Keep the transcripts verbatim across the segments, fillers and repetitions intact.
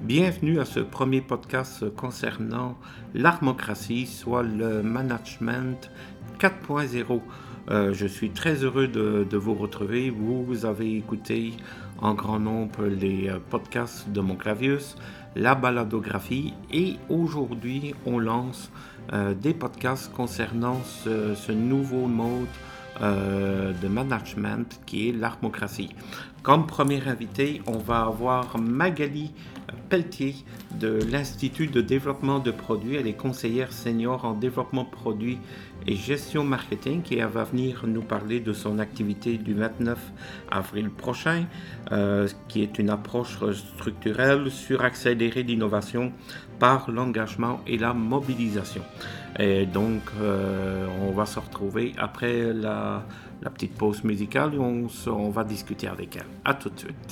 Bienvenue à ce premier podcast concernant l'Armocratie, soit le management quatre point zéro. Euh, je suis très heureux de, de vous retrouver. Vous, vous avez écouté en grand nombre les podcasts de Monclavius, la baladographie, et aujourd'hui on lance euh, des podcasts concernant ce, ce nouveau mode euh, de management qui est l'Armocratie. Comme premier invité, on va avoir Magali Pelletier de l'Institut de développement de produits. Elle est conseillère senior en développement de produits et gestion marketing et elle va venir nous parler de son activité du vingt-neuf avril prochain, euh, qui est une approche structurelle sur accélérer l'innovation par l'engagement et la mobilisation. Et donc, euh, on va se retrouver après la, la petite pause musicale et on, on va discuter avec elle. À tout de suite.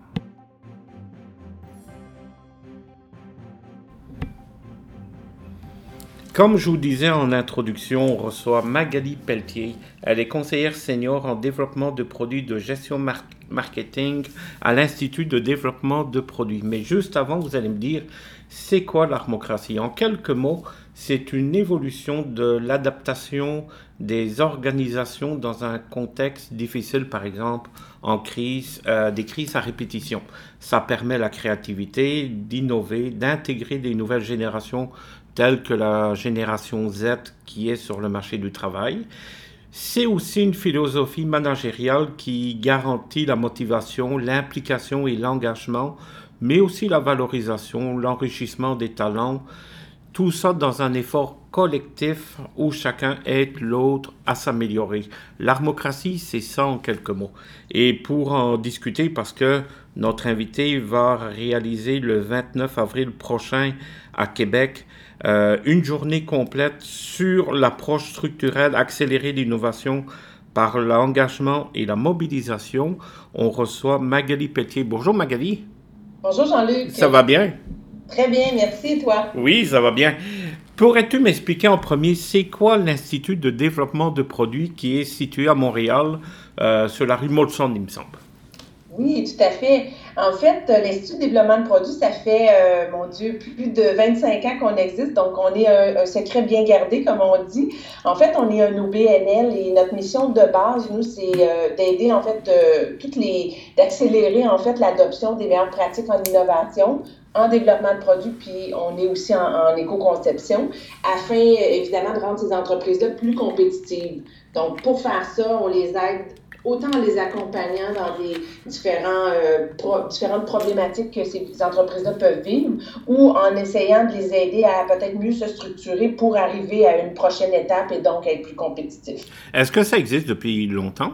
Comme je vous disais en introduction, on reçoit Magali Pelletier. Elle est conseillère senior en développement de produits de gestion mar- marketing à l'Institut de développement de produits. Mais juste avant, vous allez me dire, c'est quoi l'Armocratie? En quelques mots, c'est une évolution de l'adaptation des organisations dans un contexte difficile, par exemple en crise, euh, des crises à répétition. Ça permet la créativité, d'innover, d'intégrer des nouvelles générations telles que la génération Z qui est sur le marché du travail. C'est aussi une philosophie managériale qui garantit la motivation, l'implication et l'engagement, mais aussi la valorisation, l'enrichissement des talents, tout ça dans un effort collectif où chacun aide l'autre à s'améliorer. L'Armocratie, c'est ça en quelques mots. Et pour en discuter, parce que notre invité va réaliser le vingt-neuf avril prochain à Québec euh, une journée complète sur l'approche structurelle accélérer l'innovation par l'engagement et la mobilisation, on reçoit Magali Pelletier. Bonjour Magali. Bonjour Jean-Luc. Ça va bien? Très bien, merci. Et toi? Oui, ça va bien. Pourrais-tu m'expliquer en premier, c'est quoi l'Institut de développement de produits qui est situé à Montréal, euh, sur la rue Molson, il me semble? Oui, tout à fait. En fait, l'Institut de développement de produits, ça fait, euh, mon Dieu, plus de vingt-cinq ans qu'on existe, donc on est un, un secret bien gardé, comme on dit. En fait, on est un O B N L et notre mission de base, nous, c'est euh, d'aider, en fait, euh, toutes les, d'accélérer, en fait, l'adoption des meilleures pratiques en innovation, en développement de produits, puis on est aussi en, en éco-conception, afin, évidemment, de rendre ces entreprises-là plus compétitives. Donc, pour faire ça, on les aide autant en les accompagnant dans des différents, euh, pro, différentes problématiques que ces entreprises-là peuvent vivre, ou en essayant de les aider à peut-être mieux se structurer pour arriver à une prochaine étape et donc être plus compétitifs. Est-ce que ça existe depuis longtemps?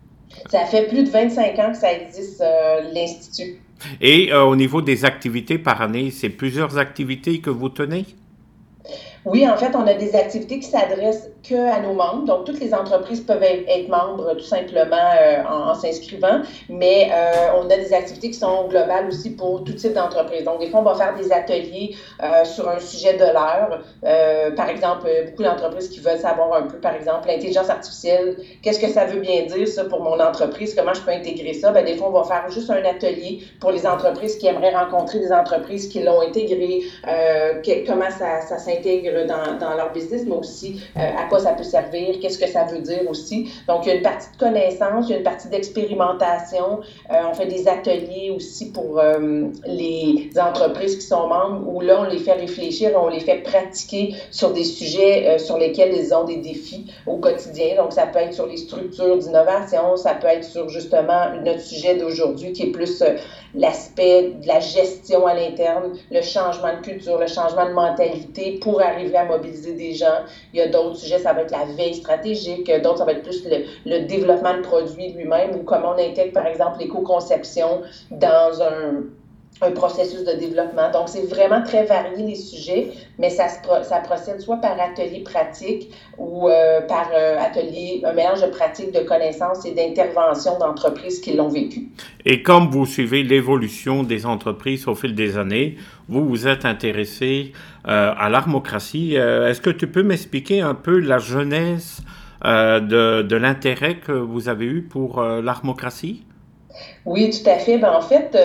Ça fait plus de vingt-cinq ans que ça existe, euh, l'Institut. Et euh, au niveau des activités par année, c'est plusieurs activités que vous tenez? Oui, en fait, on a des activités qui s'adressent que à nos membres. Donc, toutes les entreprises peuvent être membres tout simplement euh, en, en s'inscrivant, mais euh, on a des activités qui sont globales aussi pour tout type d'entreprise. Donc, des fois, on va faire des ateliers euh, sur un sujet de l'heure. Euh, par exemple, beaucoup d'entreprises qui veulent savoir un peu, par exemple, l'intelligence artificielle. Qu'est-ce que ça veut bien dire, ça, pour mon entreprise? Comment je peux intégrer ça? Bien, des fois, on va faire juste un atelier pour les entreprises qui aimeraient rencontrer des entreprises qui l'ont intégré, euh, que, comment ça, ça s'intègre Dans, dans leur business, mais aussi euh, à quoi ça peut servir, qu'est-ce que ça veut dire aussi. Donc, il y a une partie de connaissance, il y a une partie d'expérimentation. Euh, on fait des ateliers aussi pour euh, les entreprises qui sont membres, où là, on les fait réfléchir, on les fait pratiquer sur des sujets euh, sur lesquels ils ont des défis au quotidien. Donc, ça peut être sur les structures d'innovation, ça peut être sur justement notre sujet d'aujourd'hui qui est plus euh, l'aspect de la gestion à l'interne, le changement de culture, le changement de mentalité pour arriver à mobiliser des gens. Il y a d'autres sujets, ça va être la veille stratégique, d'autres, ça va être plus le, le développement de produits lui-même ou comment on intègre, par exemple, l'éco-conception dans un, un processus de développement. Donc, c'est vraiment très varié les sujets, mais ça, se pro- ça procède soit par atelier pratique ou euh, par euh, atelier, un mélange de pratique, de connaissances et d'intervention d'entreprises qui l'ont vécu. Et comme vous suivez l'évolution des entreprises au fil des années, vous vous êtes intéressé euh, à l'Armocratie. Euh, est-ce que tu peux m'expliquer un peu la genèse euh, de, de l'intérêt que vous avez eu pour euh, l'Armocratie? Oui, tout à fait. Ben, en fait, euh,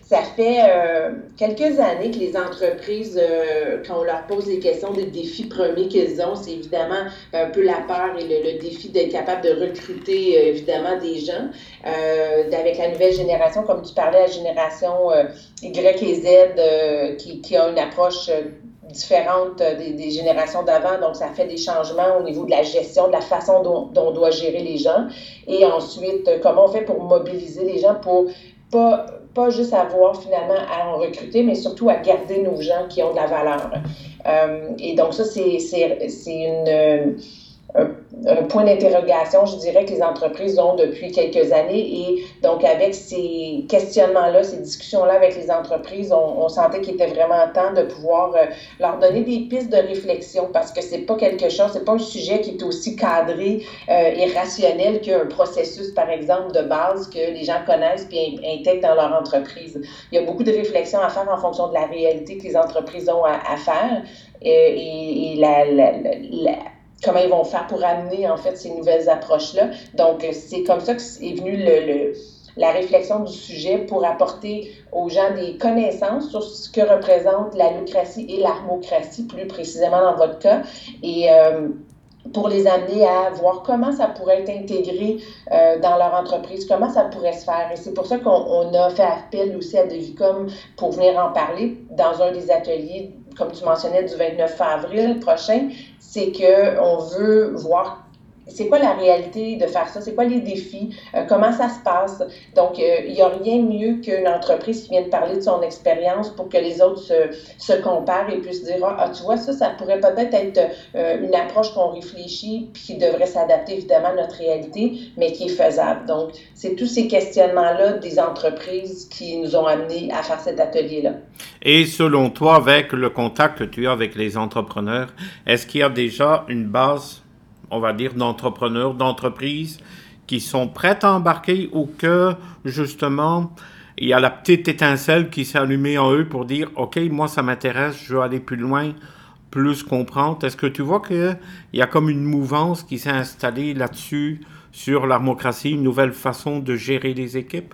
ça fait euh, quelques années que les entreprises, euh, quand on leur pose des questions, des défis premiers qu'elles ont, c'est évidemment un peu la peur et le, le défi d'être capable de recruter, euh, évidemment, des gens. Euh, avec la nouvelle génération, comme tu parlais, la génération euh, Y et Z, euh, qui, qui a une approche euh, différente des, des générations d'avant, donc ça fait des changements au niveau de la gestion, de la façon dont, dont on doit gérer les gens. Et ensuite, comment on fait pour mobiliser les gens pour pas, pas juste avoir finalement à en recruter, mais surtout à garder nos gens qui ont de la valeur. Euh, et donc ça, c'est, c'est, c'est une... Un, un point d'interrogation, je dirais, que les entreprises ont depuis quelques années. Et donc, avec ces questionnements-là, ces discussions-là avec les entreprises, on, on sentait qu'il était vraiment temps de pouvoir euh, leur donner des pistes de réflexion parce que c'est pas quelque chose, c'est pas un sujet qui est aussi cadré euh, et rationnel qu'un processus, par exemple, de base que les gens connaissent puis intègrent dans leur entreprise. Il y a beaucoup de réflexions à faire en fonction de la réalité que les entreprises ont à, à faire et, et, et la, la, la, la comment ils vont faire pour amener, en fait, ces nouvelles approches-là. Donc, c'est comme ça qu'est venu le, le, la réflexion du sujet pour apporter aux gens des connaissances sur ce que représente la locratie et l'armocratie, plus précisément dans votre cas, et euh, pour les amener à voir comment ça pourrait être intégré euh, dans leur entreprise, comment ça pourrait se faire. Et c'est pour ça qu'on on a fait appel aussi à Devicom pour venir en parler dans un des ateliers, comme tu mentionnais, du vingt-neuf avril prochain. C'est qu'on veut voir c'est quoi la réalité de faire ça, c'est quoi les défis, euh, comment ça se passe. Donc, euh, il n'y a rien de mieux qu'une entreprise qui vienne parler de son expérience pour que les autres se, se comparent et puissent dire « Ah, tu vois, ça, ça pourrait peut-être être euh, une approche qu'on réfléchit puis qui devrait s'adapter évidemment à notre réalité, mais qui est faisable. » Donc, c'est tous ces questionnements-là des entreprises qui nous ont amenés à faire cet atelier-là. Et selon toi, avec le contact que tu as avec les entrepreneurs, est-ce qu'il y a déjà une base, on va dire, d'entrepreneurs, d'entreprises qui sont prêtes à embarquer ou que, justement, il y a la petite étincelle qui s'est allumée en eux pour dire « Ok, moi, ça m'intéresse, je veux aller plus loin, plus comprendre. » Est-ce que tu vois qu'il y a comme une mouvance qui s'est installée là-dessus, sur l'armocratie, une nouvelle façon de gérer les équipes?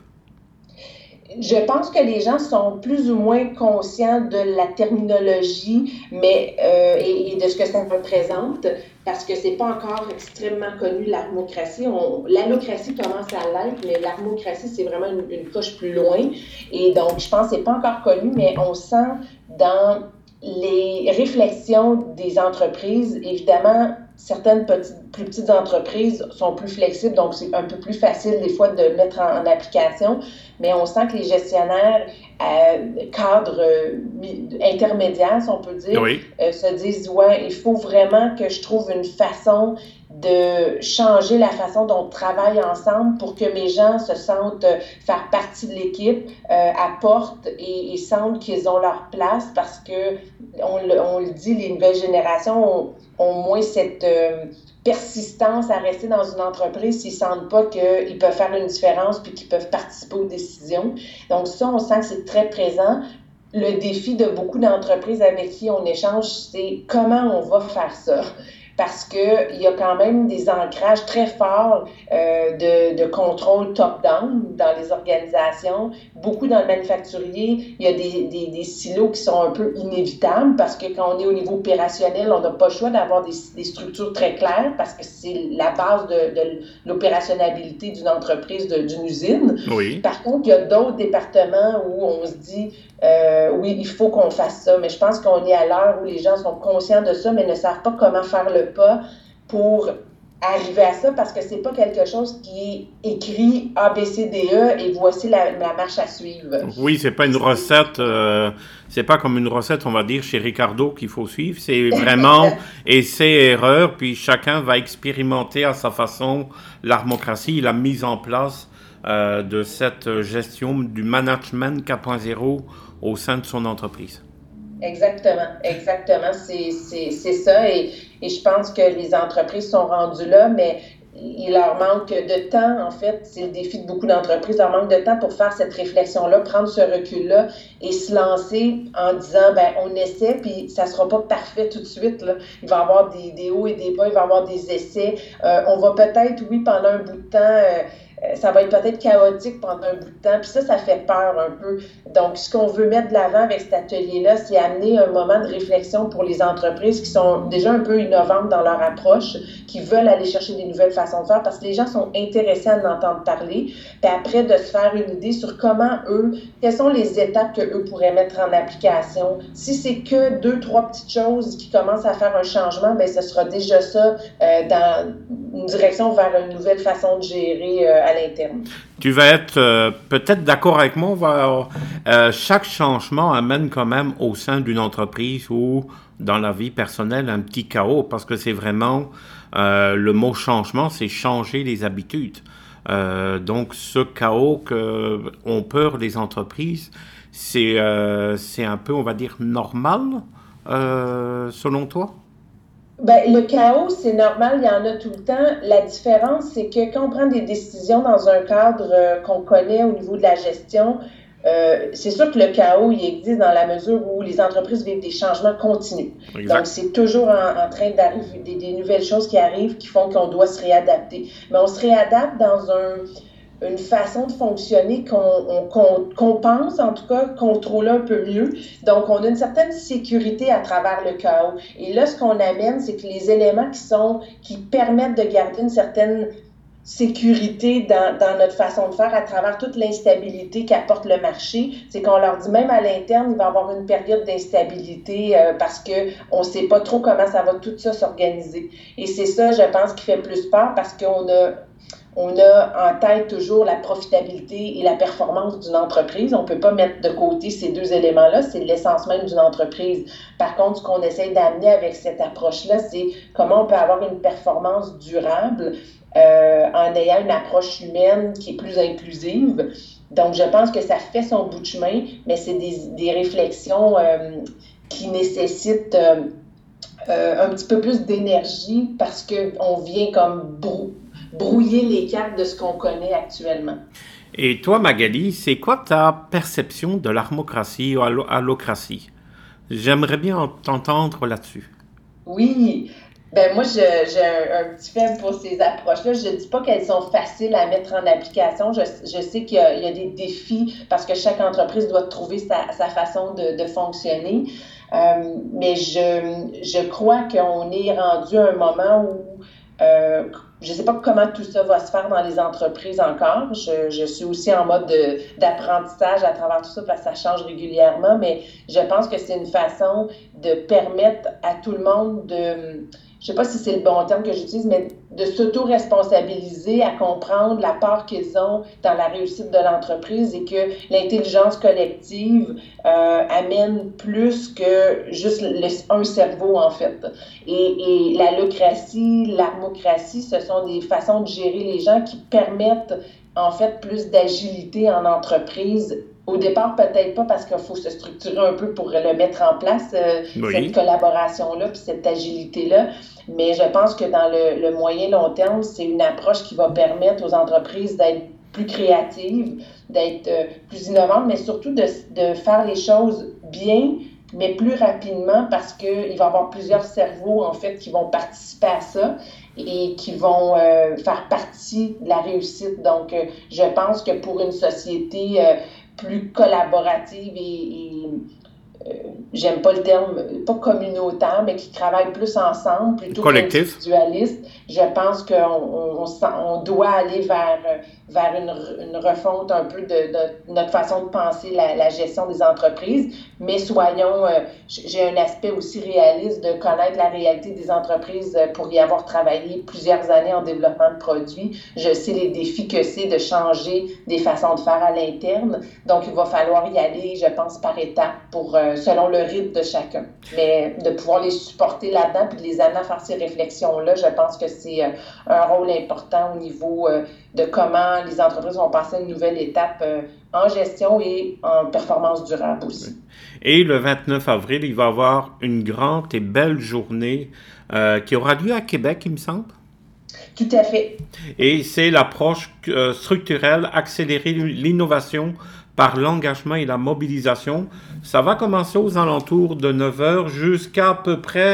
Je pense que les gens sont plus ou moins conscients de la terminologie mais, euh, et, et de ce que ça représente, parce que c'est pas encore extrêmement connu, l'armocratie. L'allocratie commence à l'être, mais l'armocratie, c'est vraiment une, une coche plus loin. Et donc, je pense que c'est pas encore connu, mais on sent dans les réflexions des entreprises, évidemment, certaines petites, plus petites entreprises sont plus flexibles, donc c'est un peu plus facile des fois de mettre en, en application, mais on sent que les gestionnaires euh, cadres euh, intermédiaires, si on peut dire, oui. euh, se disent « Ouais, il faut vraiment que je trouve une façon de changer la façon dont on travaille ensemble pour que mes gens se sentent faire partie de l'équipe, euh, apportent et, et sentent qu'ils ont leur place parce que, on, on le dit, les nouvelles générations ont, ont moins cette euh, persistance à rester dans une entreprise s'ils ne sentent pas qu'ils peuvent faire une différence puis qu'ils peuvent participer aux décisions. Donc ça, on sent que c'est très présent. Le défi de beaucoup d'entreprises avec qui on échange, c'est comment on va faire ça. Parce qu'il y a quand même des ancrages très forts euh, de, de contrôle top-down dans les organisations. Beaucoup dans le manufacturier, il y a des, des, des silos qui sont un peu inévitables parce que quand on est au niveau opérationnel, on n'a pas le choix d'avoir des, des structures très claires parce que c'est la base de, de l'opérationnalité d'une entreprise, d'une usine. Oui. Par contre, il y a d'autres départements où on se dit Euh, oui, il faut qu'on fasse ça, mais je pense qu'on est à l'heure où les gens sont conscients de ça, mais ne savent pas comment faire le pas pour arriver à ça, parce que c'est pas quelque chose qui est écrit A, B, C, D, E et voici la, la marche à suivre. Oui, c'est pas une recette, euh, c'est pas comme une recette, on va dire, chez Ricardo qu'il faut suivre, c'est vraiment essai-erreur, puis chacun va expérimenter à sa façon l'armocratie, la mise en place euh, de cette gestion du management quatre point zéro au sein de son entreprise. Exactement, exactement, c'est, c'est, c'est ça, et, et je pense que les entreprises sont rendues là, mais il leur manque de temps, en fait, c'est le défi de beaucoup d'entreprises, il leur manque de temps pour faire cette réflexion-là, prendre ce recul-là et se lancer en disant, ben on essaie, puis ça sera pas parfait tout de suite, là. Il va y avoir des, des hauts et des bas, il va y avoir des essais, euh, on va peut-être, oui, pendant un bout de temps, euh, ça va être peut-être chaotique pendant un bout de temps, puis ça, ça fait peur un peu. Donc, ce qu'on veut mettre de l'avant avec cet atelier-là, c'est amener un moment de réflexion pour les entreprises qui sont déjà un peu innovantes dans leur approche, qui veulent aller chercher des nouvelles façons de faire, parce que les gens sont intéressés à en entendre parler, puis après, de se faire une idée sur comment eux, quelles sont les étapes qu'eux pourraient mettre en application. Si c'est que deux, trois petites choses qui commencent à faire un changement, bien, ce sera déjà ça euh, dans une direction vers une nouvelle façon de gérer euh, à l'interne. Tu vas être euh, peut-être d'accord avec moi, on va, euh, chaque changement amène quand même au sein d'une entreprise ou dans la vie personnelle un petit chaos, parce que c'est vraiment, euh, le mot changement, c'est changer les habitudes. Euh, donc ce chaos qu'ont peur les entreprises, c'est, euh, c'est un peu, on va dire, normal, euh, selon toi? Ben, le chaos, c'est normal, il y en a tout le temps. La différence, c'est que quand on prend des décisions dans un cadre euh, qu'on connaît au niveau de la gestion, euh, c'est sûr que le chaos, il existe dans la mesure où les entreprises vivent des changements continus. Exact. Donc, c'est toujours en, en train d'arriver, des, des nouvelles choses qui arrivent qui font qu'on doit se réadapter. Mais on se réadapte dans un... une façon de fonctionner qu'on, on, qu'on, qu'on pense, en tout cas, contrôler un peu mieux. Donc, on a une certaine sécurité à travers le chaos. Et là, ce qu'on amène, c'est que les éléments qui sont, qui permettent de garder une certaine sécurité dans, dans notre façon de faire à travers toute l'instabilité qu'apporte le marché, c'est qu'on leur dit même à l'interne, il va y avoir une période d'instabilité euh, parce qu'on ne sait pas trop comment ça va tout ça s'organiser. Et c'est ça, je pense, qui fait plus peur parce qu'on a On a en tête toujours la profitabilité et la performance d'une entreprise. On ne peut pas mettre de côté ces deux éléments-là. C'est l'essence même d'une entreprise. Par contre, ce qu'on essaie d'amener avec cette approche-là, c'est comment on peut avoir une performance durable euh, en ayant une approche humaine qui est plus inclusive. Donc, je pense que ça fait son bout de chemin, mais c'est des, des réflexions euh, qui nécessitent euh, euh, un petit peu plus d'énergie parce qu'on vient comme brou- brouiller les cartes de ce qu'on connaît actuellement. Et toi, Magali, c'est quoi ta perception de l'armocratie ou allocratie? J'aimerais bien t'entendre là-dessus. Oui, ben moi, je, j'ai un, un petit faible pour ces approches-là. Je ne dis pas qu'elles sont faciles à mettre en application. Je, je sais qu'il y a, il y a des défis parce que chaque entreprise doit trouver sa, sa façon de, de fonctionner. Euh, mais je, je crois qu'on est rendu à un moment où euh, je ne sais pas comment tout ça va se faire dans les entreprises encore. Je, je suis aussi en mode de, d'apprentissage à travers tout ça parce que ça change régulièrement, mais je pense que c'est une façon de permettre à tout le monde de... Je ne sais pas si c'est le bon terme que j'utilise, mais de s'auto-responsabiliser, à comprendre la part qu'ils ont dans la réussite de l'entreprise et que l'intelligence collective euh, amène plus que juste le, un cerveau, en fait. Et, et l'allocratie, l'armocratie, ce sont des façons de gérer les gens qui permettent, en fait, plus d'agilité en entreprise. Au départ, peut-être pas parce qu'il faut se structurer un peu pour le mettre en place, euh, oui. Cette collaboration-là puis cette agilité-là. Mais je pense que dans le, le moyen long terme, c'est une approche qui va permettre aux entreprises d'être plus créatives, d'être euh, plus innovantes, mais surtout de, de faire les choses bien, mais plus rapidement parce qu'il va y avoir plusieurs cerveaux, en fait, qui vont participer à ça et qui vont euh, faire partie de la réussite. Donc, euh, je pense que pour une société euh, plus collaborative et, et euh, j'aime pas le terme, pas communautaire, mais qui travaille plus ensemble plutôt qu'individualiste. Je pense qu'on on, on, on doit aller vers, vers une, une refonte un peu de, de notre façon de penser la, la gestion des entreprises, mais soyons, euh, j'ai un aspect aussi réaliste de connaître la réalité des entreprises pour y avoir travaillé plusieurs années en développement de produits. Je sais les défis que c'est de changer des façons de faire à l'interne, donc il va falloir y aller, je pense, par étapes pour, euh, selon le rythme de chacun. Mais de pouvoir les supporter là-dedans puis de les amener à faire ces réflexions-là, je pense que c'est euh, un rôle important au niveau euh, de comment les entreprises vont passer à une nouvelle étape euh, en gestion et en performance durable aussi. Et le vingt-neuf avril, il va y avoir une grande et belle journée euh, qui aura lieu à Québec, il me semble. Tout à fait. Et c'est l'approche euh, structurelle, accélérer l'innovation par l'engagement et la mobilisation. Ça va commencer aux alentours de neuf heures jusqu'à à peu près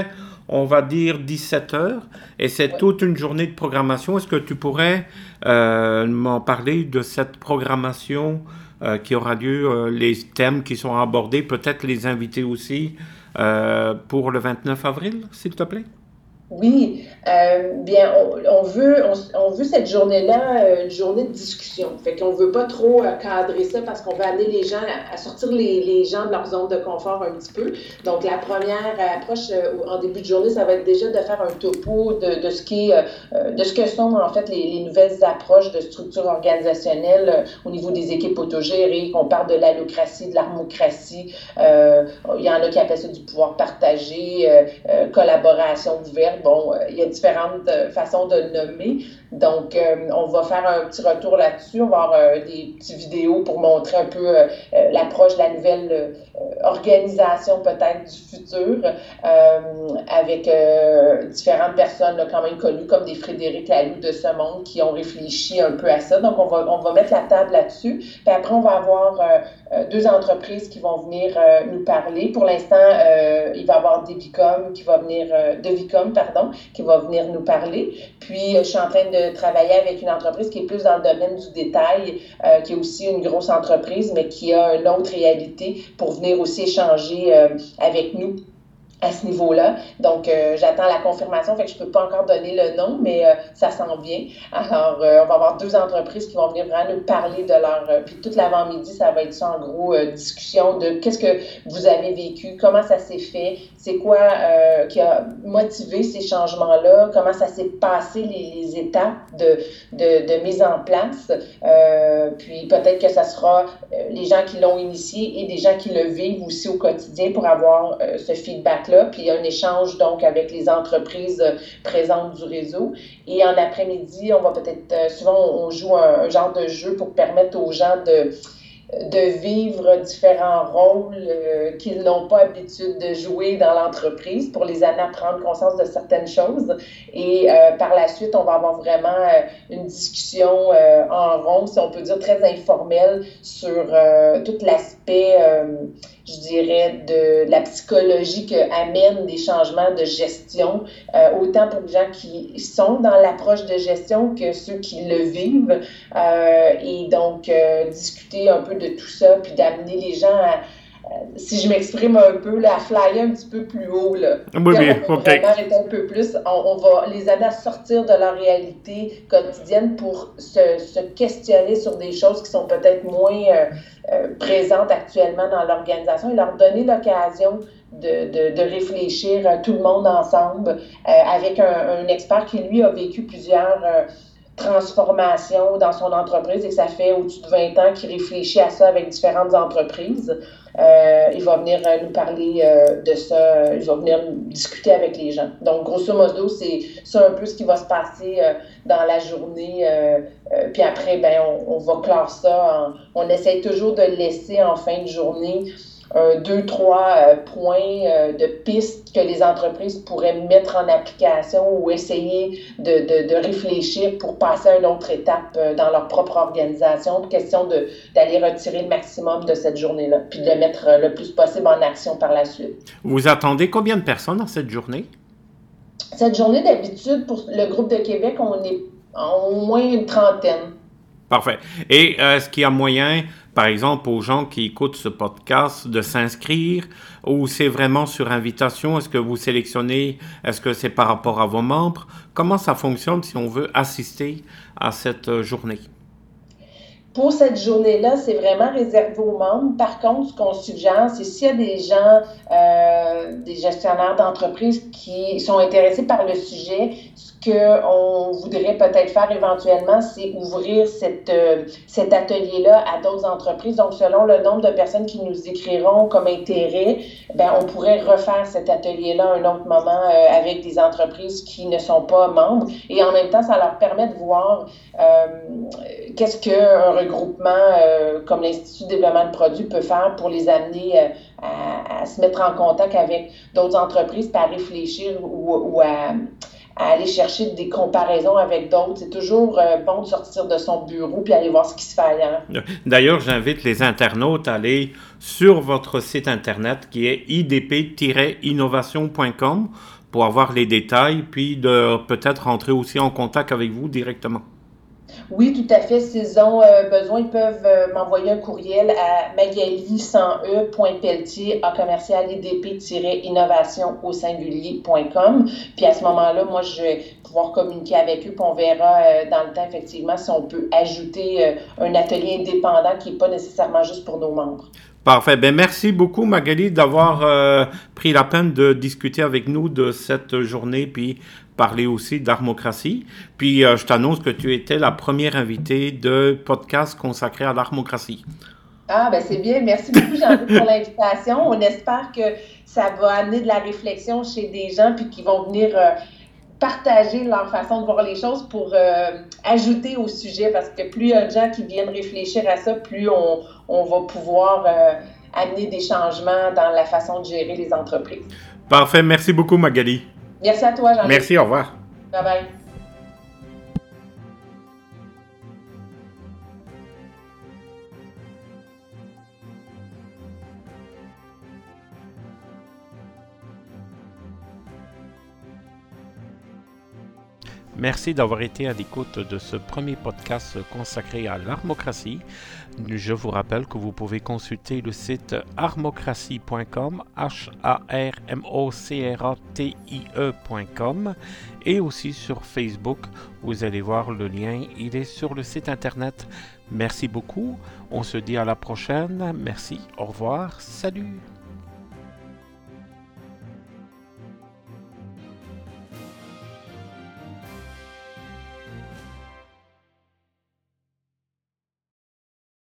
on va dire dix-sept heures, et c'est Oui. toute une journée de programmation. Est-ce que tu pourrais euh, m'en parler de cette programmation euh, qui aura lieu, euh, les thèmes qui sont abordés, peut-être les invités aussi, euh, pour le vingt-neuf avril, s'il te plaît? Oui, euh, bien, on, on veut, on, on veut cette journée-là, euh, une journée de discussion. Fait qu'on veut pas trop euh, cadrer ça parce qu'on veut amener les gens à, à sortir les, les gens de leur zone de confort un petit peu. Donc, la première approche euh, en début de journée, ça va être déjà de faire un topo de, de ce qui est, euh, de ce que sont en fait les, les nouvelles approches de structure organisationnelle euh, au niveau des équipes autogérées, qu'on parle de l'allocratie, de l'armocratie. Euh, il y en a qui appellent ça du pouvoir partagé, euh, euh, collaboration ouverte. Bon, euh, il y a différentes euh, façons de le nommer. Donc, euh, on va faire un petit retour là-dessus. On va avoir euh, des petites vidéos pour montrer un peu euh, euh, l'approche de la nouvelle euh, organisation peut-être du futur euh, avec euh, différentes personnes là, quand même connues comme des Frédéric Laloux de ce monde qui ont réfléchi un peu à ça. Donc, on va, on va mettre la table là-dessus. Puis après, on va avoir euh, deux entreprises qui vont venir euh, nous parler. Pour l'instant, euh, il va y avoir Devicom qui va venir, euh, Devicom, pardon, qui va venir nous parler. Puis, je suis en train de travailler avec une entreprise qui est plus dans le domaine du détail, euh, qui est aussi une grosse entreprise, mais qui a une autre réalité pour venir aussi échanger euh, avec nous à ce niveau-là. Donc, euh, j'attends la confirmation, fait que je peux pas encore donner le nom, mais euh, ça s'en vient. Alors, euh, on va avoir deux entreprises qui vont venir vraiment nous parler de leur... Euh, puis toute l'avant-midi, ça va être ça, en gros, euh, discussion de qu'est-ce que vous avez vécu, comment ça s'est fait, c'est quoi euh, qui a motivé ces changements-là, comment ça s'est passé, les, les étapes de, de, de mise en place. Euh, puis peut-être que ça sera euh, les gens qui l'ont initié et des gens qui le vivent aussi au quotidien pour avoir euh, ce feedback là, puis il y a un échange donc avec les entreprises présentes du réseau. Et en après-midi, on va peut-être, euh, souvent on joue un, un genre de jeu pour permettre aux gens de, de vivre différents rôles euh, qu'ils n'ont pas l'habitude de jouer dans l'entreprise pour les amener à prendre conscience de certaines choses. Et euh, par la suite, on va avoir vraiment euh, une discussion euh, en rond, si on peut dire très informelle, sur euh, tout l'aspect... Euh, je dirais, de la psychologie que amènent des changements de gestion, euh, autant pour les gens qui sont dans l'approche de gestion que ceux qui le vivent. Euh, et donc, euh, discuter un peu de tout ça, puis d'amener les gens à, si je m'exprime un peu, là, à flyer un petit peu plus haut. Là. Oui, oui, on va okay. vraiment être un peu plus, on, on va les aider à sortir de leur réalité quotidienne pour se, se questionner sur des choses qui sont peut-être moins euh, euh, présentes actuellement dans l'organisation et leur donner l'occasion de, de, de réfléchir euh, tout le monde ensemble euh, avec un, un expert qui, lui, a vécu plusieurs... Euh, transformation dans son entreprise et que ça fait au-dessus de vingt ans qu'il réfléchit à ça avec différentes entreprises. Euh, il va venir euh, nous parler euh, de ça, il va venir discuter avec les gens. Donc, grosso modo, c'est ça un peu ce qui va se passer euh, dans la journée. Euh, euh, puis après, ben, on, on va clore ça. En, on essaie toujours de laisser en fin de journée un, deux, trois euh, points euh, de pistes que les entreprises pourraient mettre en application ou essayer de, de, de réfléchir pour passer à une autre étape euh, dans leur propre organisation. Question de, d'aller retirer le maximum de cette journée-là, puis de le mettre euh, le plus possible en action par la suite. Vous attendez combien de personnes dans cette journée? Cette journée, d'habitude, pour le groupe de Québec, on est au moins une trentaine. Parfait. Et euh, est-ce qu'il y a moyen, par exemple, aux gens qui écoutent ce podcast, de s'inscrire ou c'est vraiment sur invitation? Est-ce que vous sélectionnez? Est-ce que c'est par rapport à vos membres? Comment ça fonctionne si on veut assister à cette journée? Pour cette journée-là, c'est vraiment réservé aux membres. Par contre, ce qu'on suggère, c'est s'il y a des gens, euh, des gestionnaires d'entreprise qui sont intéressés par le sujet, ce qu'on voudrait peut-être faire éventuellement, c'est ouvrir cette, euh, cet atelier-là à d'autres entreprises. Donc, selon le nombre de personnes qui nous écriront comme intérêt, ben, on pourrait refaire cet atelier-là à un autre moment euh, avec des entreprises qui ne sont pas membres. Et en même temps, ça leur permet de voir euh, qu'est-ce qu'un regroupement euh, comme l'Institut de développement de produits peut faire pour les amener euh, à, à se mettre en contact avec d'autres entreprises, puis à réfléchir ou, ou à, à aller chercher des comparaisons avec d'autres. C'est toujours euh, bon de sortir de son bureau puis aller voir ce qui se fait ailleurs. D'ailleurs, j'invite les internautes à aller sur votre site Internet qui est i d p tiret innovation point com pour avoir les détails, puis de peut-être rentrer aussi en contact avec vous directement. Oui, tout à fait. S'ils ont euh, besoin, ils peuvent euh, m'envoyer un courriel à magali sans e point pelletier à commercial idp-innovation au singulier point com. Puis à ce moment-là, moi, je vais pouvoir communiquer avec eux, puis on verra euh, dans le temps, effectivement, si on peut ajouter euh, un atelier indépendant qui n'est pas nécessairement juste pour nos membres. Parfait. Ben, merci beaucoup, Magali, d'avoir euh, pris la peine de discuter avec nous de cette journée, puis parler aussi d'Armocratie. Puis, euh, je t'annonce que tu étais la première invitée de podcast consacré à l'Armocratie. Ah, ben c'est bien. Merci beaucoup, Jean-Luc, pour l'invitation. On espère que ça va amener de la réflexion chez des gens, puis qu'ils vont venir euh, partager leur façon de voir les choses pour euh, ajouter au sujet, parce que plus il y a de gens qui viennent réfléchir à ça, plus on, on va pouvoir euh, amener des changements dans la façon de gérer les entreprises. Parfait. Merci beaucoup, Magali. Merci à toi, Jean-Luc. Merci. Au revoir. Bye bye. Merci d'avoir été à l'écoute de ce premier podcast consacré à l'Armocratie. Je vous rappelle que vous pouvez consulter le site armocratie point com, H A R M O C R A T I E point com, et aussi sur Facebook. Vous allez voir le lien, il est sur le site internet. Merci beaucoup, on se dit à la prochaine. Merci, au revoir, salut!